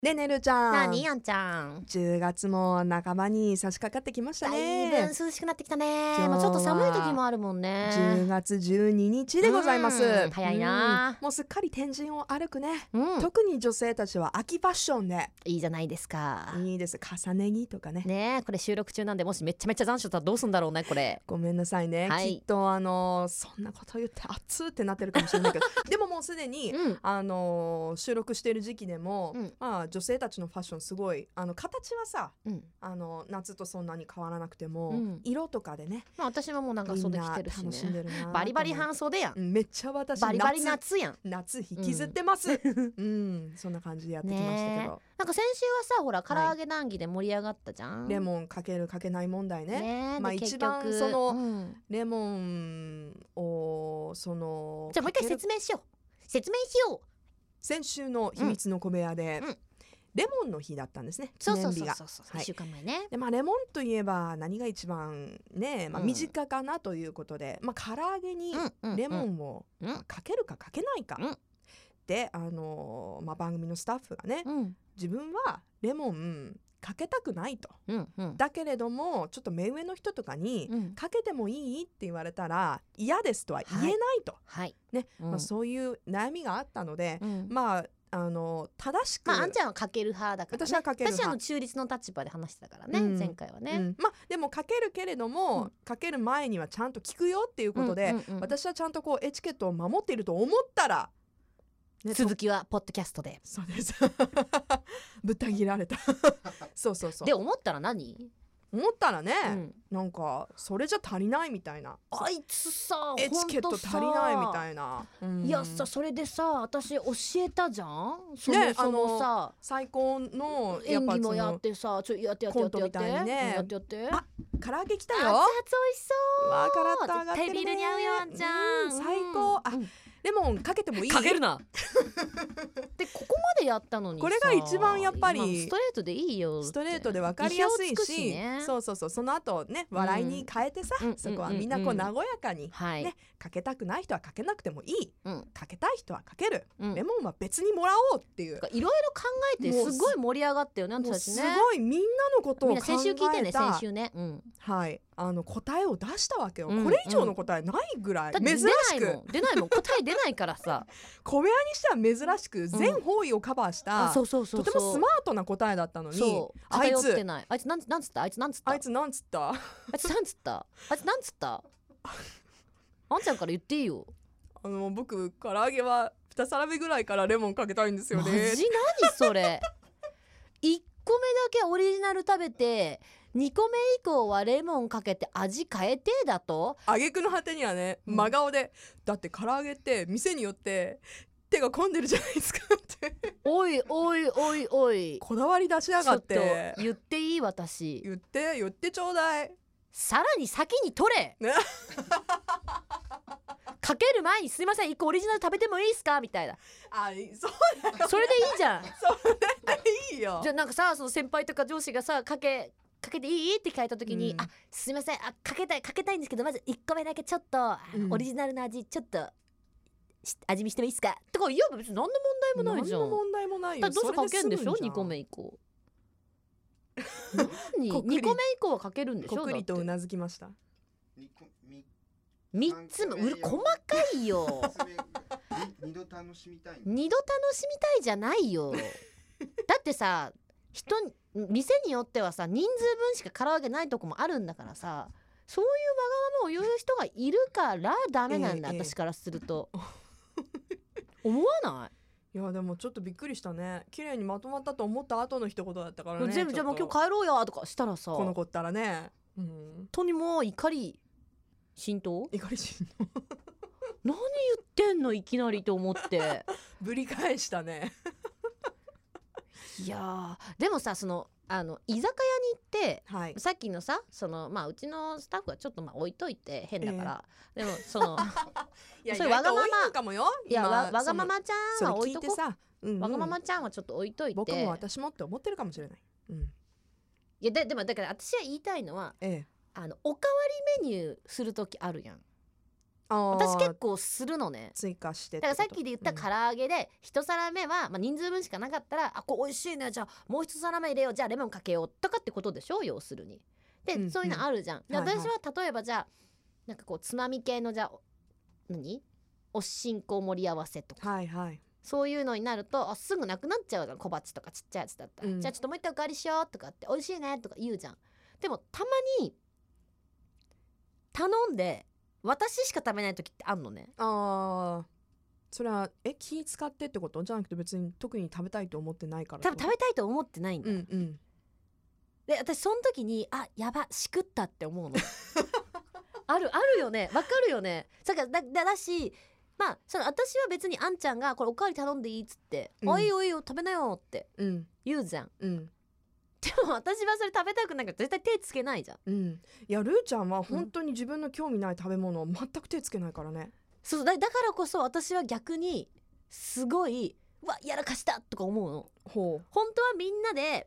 ねねるちゃん。 なにやんちゃん。 10月も半ばに差し掛かってきましたね。 だいぶ涼しくなってきたね。 今日はまあちょっと寒い時もあるもんね。 10月12日でございます。 早いな。 もうすっかり天神を歩くね、 特に女性たちは秋ファッションでいいじゃないですか。 いいです。重ね着とかね。 ね、これ収録中なんで、もしめちゃめちゃ残暑だったらどうすんだろうねこれ。 ごめんなさいね、 はい、 きっとそんなこと言って熱ってなってるかもしれないけどでももうすでに、収録している時期でも、まあ、女性たちのファッションすごい形はさ、夏とそんなに変わらなくても、色とかでね、 まあ、私はもう長袖着てるしね、 楽しんでるな。 バリバリ半袖やん、 めっちゃ私バリバリ夏やん。 夏引きずってます、そんな感じでやってきましたけど、 なんか先週はさほら唐揚げ談義で盛り上がったじゃん、 レモンかけるかけない問題ね。まあ一番その、レモンをそのじゃあもう一回説明しよう。 先週の秘密の小部屋で、レモンの日だったんですね。 そう 1 週間前ね。 で、まあ、レモンといえば何が一番ね、まあ、身近かなということで、まあ、唐揚げにレモンをかけるかかけないか、でまあ、番組のスタッフがね、自分はレモンかけたくないと、だけれどもちょっと目上の人とかに、かけてもいいって言われたら嫌ですとは言えないと、ね、まあ、そういう悩みがあったので、まあ正しく、 まあ、あんちゃんはかける派だからね。 私はかける派。 私は中立の立場で話してたからね、前回はね、 まあでもかけるけれども、かける前にはちゃんと聞くよっていうことで、私はちゃんとこうエチケットを守っていると思ったら、 ね、続きはポッドキャストで。 そうですぶった切られたそうで思ったら何思ったらね、なんかそれじゃ足りないみたいな、 あいつさエチケット足りないみたいな、 いやさ、それでさ私教えたじゃん、ね、そのさ最高の演技もやってさ、やってコントみたいにね、 やってあ、唐揚げ来たよ、 熱々美味しそう、 わー、カラッと上がってるね、 絶対ビールに合うよあんちゃん、 最高。あ、レモンかけてもいい？ かけるなでここまでやったのにさ、 これが一番やっぱりストレートでいいよ、 ストレートで分かりやすいし、そうその後ね、笑いに変えてさ、そこはみんなこう和やかにね、かけたくない人はかけなくてもいい、かけたい人はかける、レモンは別にもらおうっていう、 いろいろ考えてすごい盛り上がったよね、私たちね。 すごいみんなのことを考えた。 先週聞いてね、先週ね、 はい、答えを出したわけよ、これ以上の答えないぐらい珍しく、 出ないもん答え出ないからさ小部屋にしては珍しく全方位をカバーした、とてもスマートな答えだったのに、 あいつなんつったあいつなんつったあんちゃんから言っていいよ。 僕唐揚げは2皿目ぐらいからレモンかけたいんですよね。 マジ何それ1個目だけオリジナル食べて2個目以降はレモンかけて味変えてだと、 挙句の果てにはね、真顔で、だって唐揚げって店によって手が込んでるじゃないですかっておいこだわり出しやがって。 ちょっと言っていい？私言ってちょうだい。 さらに先に取れかける前にすいません1個オリジナル食べてもいいですかみたいな。 そうだよ、 それでいいじゃんそれでいいよ。 じゃあなんかさ、その先輩とか上司がさかけていいって聞いた時に、あ、すいません、かけたいんですけど、まず1個目だけちょっと、オリジナルの味ちょっと味見してもいいですかとか言えば別に何の問題もないじゃん。 何の問題もないよ。 どうせかけるんでしょ2個目以降2個目以降はかけるんでしょ。 こくりとうなずきました。 3つも細かいよ 2度楽しみたいじゃないよだってさ、店によってはさ人数分しか唐揚げないとこもあるんだからさ、そういうわがままを言う人がいるからダメなんだ、私からすると思わない？ いやでもちょっとびっくりしたね。綺麗にまとまったと思った後の一言だったからね。 全部じゃあもう今日帰ろうよとかしたらさ、 この子ったらね、 本当にもう怒り浸透何言ってんのいきなりと思ってぶり返したねいやでもさ、その居酒屋に行って、さっきのさその、まあ、うちのスタッフはちょっとまあ置いといて変だから、でもそのそれわがままかもよ。 いやわがままちゃんは置いとこう、 わがままちゃんはちょっと置いといて、 僕も私もって思ってるかもしれない、 いやでもだから私は言いたいのは、おかわりメニューする時あるやん。 私結構するのね。 追加してだからさっきで言った唐揚げで一皿目は、人数分しかなかったら、これ美味しいね、じゃあもう一皿目入れよう、じゃあレモンかけようとかってことでしょ、要するに。で、そういうのあるじゃん。で、私は例えばじゃあなんかこうつまみ系のじゃあおしんこ盛り合わせとか、そういうのになるとすぐなくなっちゃうじゃん、小鉢とかちっちゃいやつだったら、じゃあちょっともう一回おかわりしようとかって美味しいねとか言うじゃん。でもたまに頼んで私しか食べない時ってあんのね。 それは気使ってってことじゃなくて、別に特に食べたいと思ってないから。 多分食べたいと思ってないんだ、で私その時にやばしくったって思うのあるよね、わかるよね。だしその私は別にあんちゃんがこれおかわり頼んでいいっつって、おいおいよ食べなよって言うじゃん、でも私はそれ食べたくないから絶対手つけないじゃん、 いやルーちゃんは本当に自分の興味ない食べ物を全く手つけないからね。 そうだからこそ私は逆にすごいやらかしたとか思うの。本当はみんなで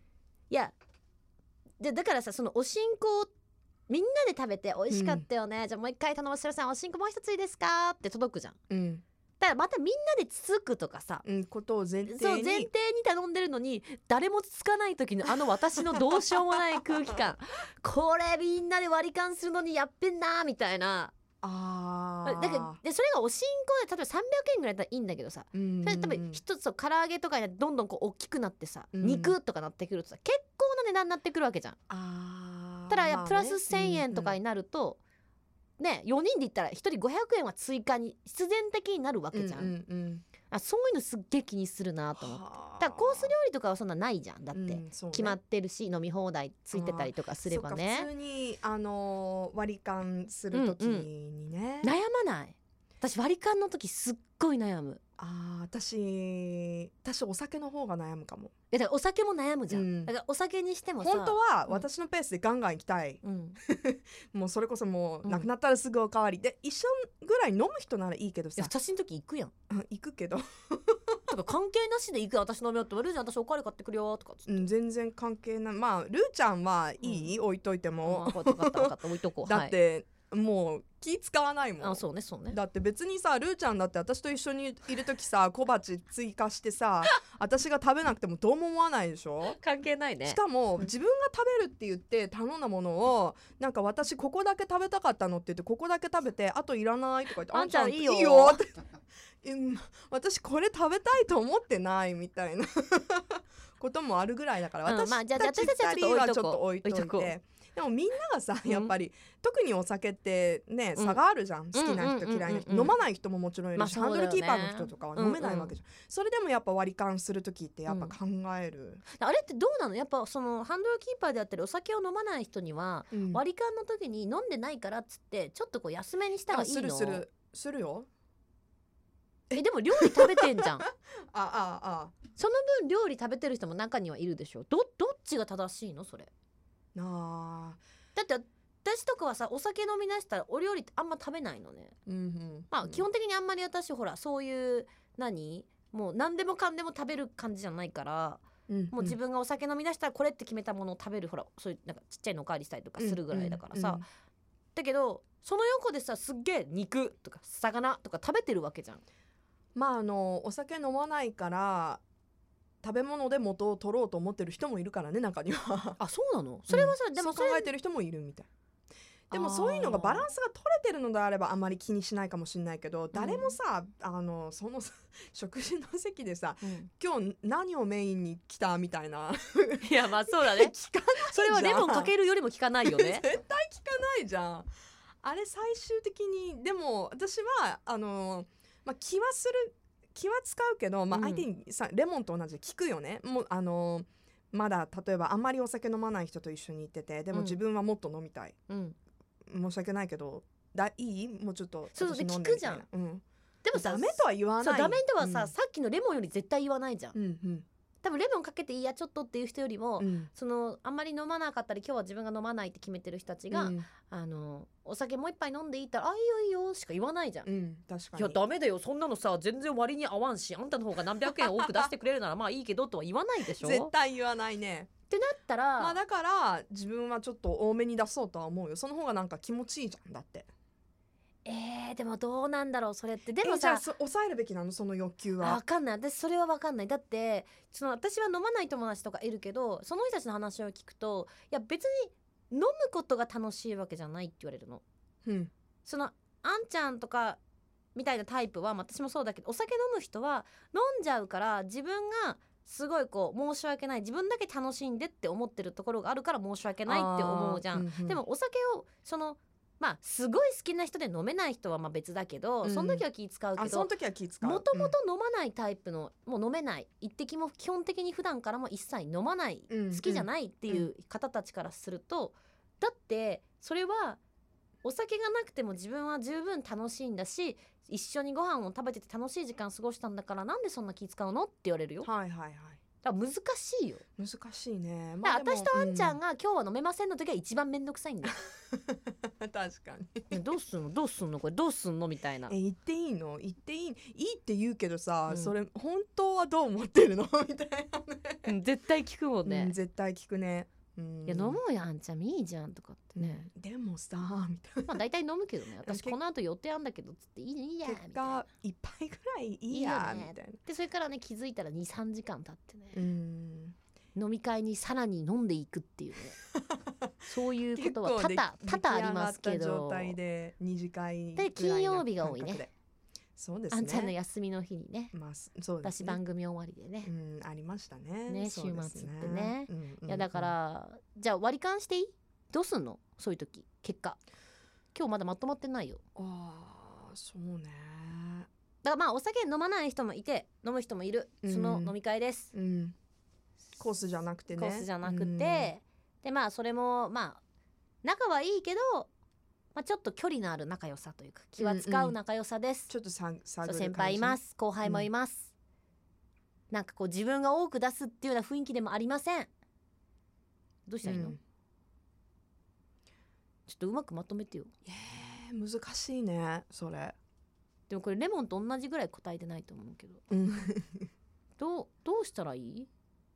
だからさ、そのおしんこをみんなで食べて美味しかったよね、じゃあもう一回頼ませるさんおしんこもう一ついいですかって届くじゃん、だからまたみんなでつつくとかさ、 ことを前提に頼んでるのに誰もつつかない時の私のどうしようもない空気感これみんなで割り勘するのにやっべんなみたいな。だからでそれがおしんこで例えば300円ぐらいだったらいいんだけどさ、それ多分一つ唐揚げとかでどんどんこう大きくなってさ、肉とかなってくるとさ結構な値段になってくるわけじゃん。ただプラス1000円とかになると、4人で言ったら1人500円は追加に必然的になるわけじゃん、そういうのすっげえ気にするなと思って。だからコース料理とかはそんなないじゃん、だって決まってるし、飲み放題ついてたりとかすればね。 普通に割り勘する時にね、 悩まない。私割り勘の時すっごい悩む。 私お酒の方が悩むかも。 だからお酒も悩むじゃん、だからお酒にしてもさ本当は私のペースでガンガン行きたい、もうそれこそもうなくなったらすぐおかわりで一緒ぐらい飲む人ならいいけどさ、 私の時行くやん行くけどとか関係なしで行く、私飲みよって言われるじゃん、私おかわり買ってくるよとか全然関係ない。ルーちゃんはいい、置いといても、 分かった置いとこうだって、もう気使わないもん。 そうねだって別にさルーちゃんだって私と一緒にいる時さ小鉢追加してさ私が食べなくてもどうも思わないでしょ。 関係ないね。 しかも自分が食べるって言って頼んだものをなんか私ここだけ食べたかったのって言ってここだけ食べてあといらないとか言ってあんちゃんいいよって私これ食べたいと思ってないみたいなこともあるぐらいだから、私たち2人はちょっと置いといて、でもみんながさやっぱり、特にお酒ってね差があるじゃん、好きな人嫌いな人、飲まない人ももちろんいるし、ハンドルキーパーの人とかは飲めないわけじゃん、それでもやっぱ割り勘する時ってやっぱ考える、 あれってどうなの。やっぱそのハンドルキーパーであったりお酒を飲まない人には、割り勘の時に飲んでないからっつってちょっとこう安めにしたらいいの。 するよ。 でも料理食べてんじゃんその分料理食べてる人も中にはいるでしょ。どっちが正しいのそれ。だって私とかはさお酒飲み出したらお料理ってあんま食べないのね、基本的にあんまり私ほらそういうもう何でもかんでも食べる感じじゃないから、もう自分がお酒飲み出したらこれって決めたものを食べる、ほらそういうなんかちっちゃいのおかわりしたりとかするぐらいだからさ、だけどその横でさすっげえ肉とか魚とか食べてるわけじゃん。 お酒飲まないから食べ物で元を取ろうと思ってる人もいるからね、中にはそうなの。それはさ、でもそう考えてる人もいるみたい。でもそういうのがバランスが取れてるのであればあまり気にしないかもしれないけど、誰もさその食事の席でさ、今日何をメインに来たみたいないやそうだね聞かないじゃん。 それはレモンかけるよりも聞かないよね絶対聞かないじゃんあれ。最終的にでも私は気は使うけど、相手にさレモンと同じで聞くよね。もうまだ例えばあんまりお酒飲まない人と一緒に行ってて、でも自分はもっと飲みたい、申し訳ないけどいいもうちょっとそうで聞くじゃん、でもさダメとは言わない。 そうダメとはさ、さっきのレモンより絶対言わないじゃん、多分レモンかけていいやちょっとっていう人よりも、そのあんまり飲まなかったり今日は自分が飲まないって決めてる人たちが、お酒もう一杯飲んでいいったらいいよいいよしか言わないじゃん、 確かに。 いやダメだよそんなのさ全然割に合わんし、あんたの方が何百円多く出してくれるならまあいいけどとは言わないでしょ絶対言わないねってなったら、 だから自分はちょっと多めに出そうとは思うよ。その方がなんか気持ちいいじゃん。だってでもどうなんだろうそれって。でもじゃさあ抑えるべきなのその欲求は。 分かんない。私それは分かんない。だって私は飲まない友達とかいるけど、その人たちの話を聞くと、いや別に飲むことが楽しいわけじゃないって言われるの。あんちゃんとかみたいなタイプは、私もそうだけど、お酒飲む人は飲んじゃうから自分がすごい申し訳ない、自分だけ楽しんでって思ってるところがあるから申し訳ないって思うじゃん。でもお酒をすごい好きな人で飲めない人は別だけど、その時は気使うけど、もともと飲まないタイプの、もう飲めない、一滴も基本的に普段からも一切飲まない、好きじゃないっていう方たちからすると、だってそれはお酒がなくても自分は十分楽しいんだし、一緒にご飯を食べてて楽しい時間過ごしたんだから、なんでそんな気使うのって言われるよ。だから難しいよ。 難しいね。 私とあんちゃんが今日は飲めませんの時は一番めんどくさいんだよ。 確かに。 どうすんのこれどうすんのみたいな。 言っていいの？言っていいって言うけどさ、それ本当はどう思ってるのみたいなね。 絶対聞くもんね。 絶対聞くね。 いや飲もうやあんちゃんいいじゃんとかってね。 でもさみたいな。 大体飲むけどね。私この後予定あんだけどつっていいやみたいな。 一杯ぐらいいいやみたいな。 でそれからね気づいたら 2,3 時間経ってね。飲み会にさらに飲んでいくっていうね。そういうことは多々ありますけど。 状態で2次会で金曜日が多いね。 そうですね。 あんちゃんの休みの日にね。 そうですね。 私番組終わりでね。 ありましたね。 ね週末ってね。いやだからじゃあ割り勘していい？どうすんの？そういう時結果。今日まだまとまってないよ。 そうね。 だからお酒飲まない人もいて飲む人もいる。その飲み会です。 コースじゃなくてね。 コースじゃなくて、でそれも仲はいいけど。ちょっと距離のある仲良さというか気は使う仲良さです。 ちょっと探る感じ。 先輩います後輩もいます、なんか自分が多く出すっていうような雰囲気でもありません。どうしたらいいの？ちょっとうまくまとめてよ。 難しいねそれ。 でもこれレモンと同じぐらい答えてないと思うけどどうしたらいい？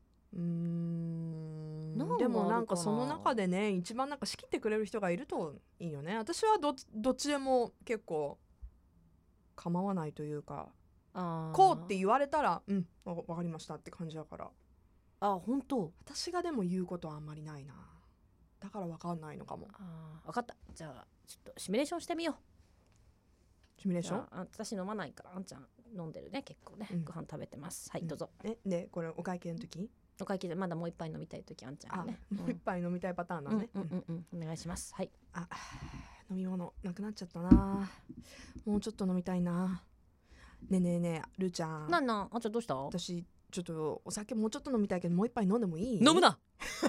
でもなんかその中でね一番なんか仕切ってくれる人がいるといいよね。私はどっちでも結構構わないというか、こうって言われたらわかりましたって感じだから。 本当？ 私がでも言うことはあんまりないな。だからわかんないのかも。 分かった。じゃあちょっとシミュレーションしてみよう。 シミュレーション？ 私飲まないからあんちゃん飲んでるね結構ね、ご飯食べてます。はいどうぞ。 でこれお会計の時？ お会計でまだもう一杯飲みたい時あんちゃんがね。 もう一杯飲みたいパターンだね。 お願いします。はい。 飲み物なくなっちゃったな。もうちょっと飲みたいな。ねえるーちゃん。 あんちゃんどうした？ 私ちょっとお酒もうちょっと飲みたいけどもう一杯飲んでもいい？ 飲むな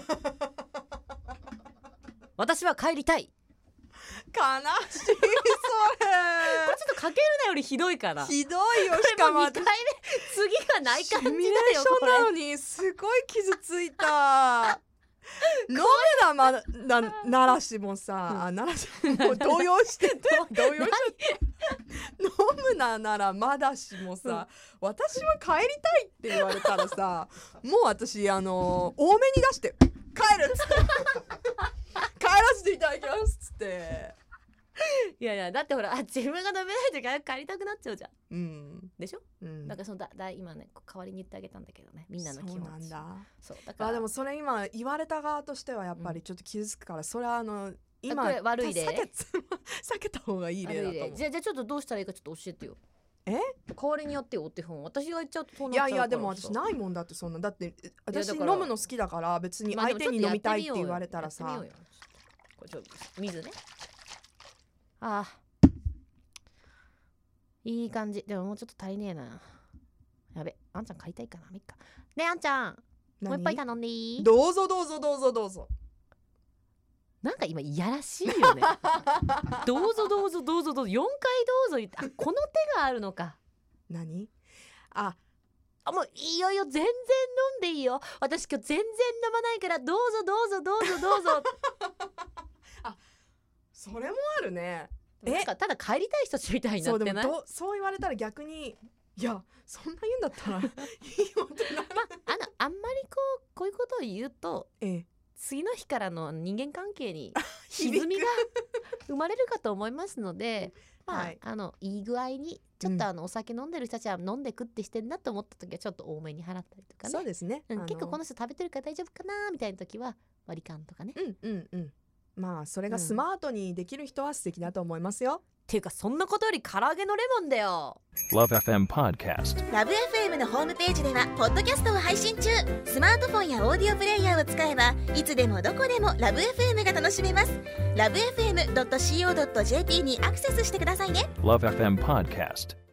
私は帰りたい。 悲しいそれこれちょっとかけるなよりひどいから。 ひどいよ。しかも 2回目次がない感じだよ。 シミュレーションなのにすごい傷ついた飲むならしもさ、ならしも動揺して動揺して飲むならまだしもさ、私は帰りたいって言われたらさもう私多めに出して帰るっつって帰らせていただきますっつって。 いやだってほら自分が飲めないと帰りたくなっちゃうじゃん、でしょ、だから今ね代わりに言ってあげたんだけどね、みんなの気持ち。 そうなんだ。 そうだからでもそれ今言われた側としてはやっぱりちょっと傷つくから、それは今悪い例避けた方がいい例だと思う。 じゃあちょっとどうしたらいいかちょっと教えてよ。代わりにやってよお手本。私が言っちゃうとそうなっちゃうから。 いやでも私ないもんだって。そんなだって私飲むの好きだから別に相手に飲みたいって言われたらさ、 これちょっと水ね。いい感じ。でももうちょっと足りねえな。やべ、あんちゃん買いたいかな。みっかねえあんちゃんもう一杯頼んでいい？ どうぞなんか今いやらしいよねどうぞ4回どうぞ言って、この手があるのか。 何？ もういいよ全然飲んでいいよ。私今日全然飲まないからどうぞそれもあるね。 なんかただ帰りたい人たちみたいになってない？ そう言われたら逆にいやそんな言うんだったらいいよってなる。 あんまりこういうことを言うと、次の日からの人間関係に歪みが生まれるかと思いますのでまあ、 はいいい具合にちょっとお酒飲んでる人たちは飲んで食ってしてんなと思った時はちょっと多めに払ったりとかね。 そうですね、 結構この人食べてるから大丈夫かなみたいな時は割り勘とかね。 まあそれがスマートにできる人は素敵だと思いますよ。 っていうかそんなことより唐揚げのレモンだよ。 LoveFM Podcast。 ラブ f m のホームページではポッドキャストを配信中。スマートフォンやオーディオプレイヤーを使えばいつでもどこでもラブ f m が楽しめます。ラブ FM.co.jp にアクセスしてくださいね。 LoveFM Podcast。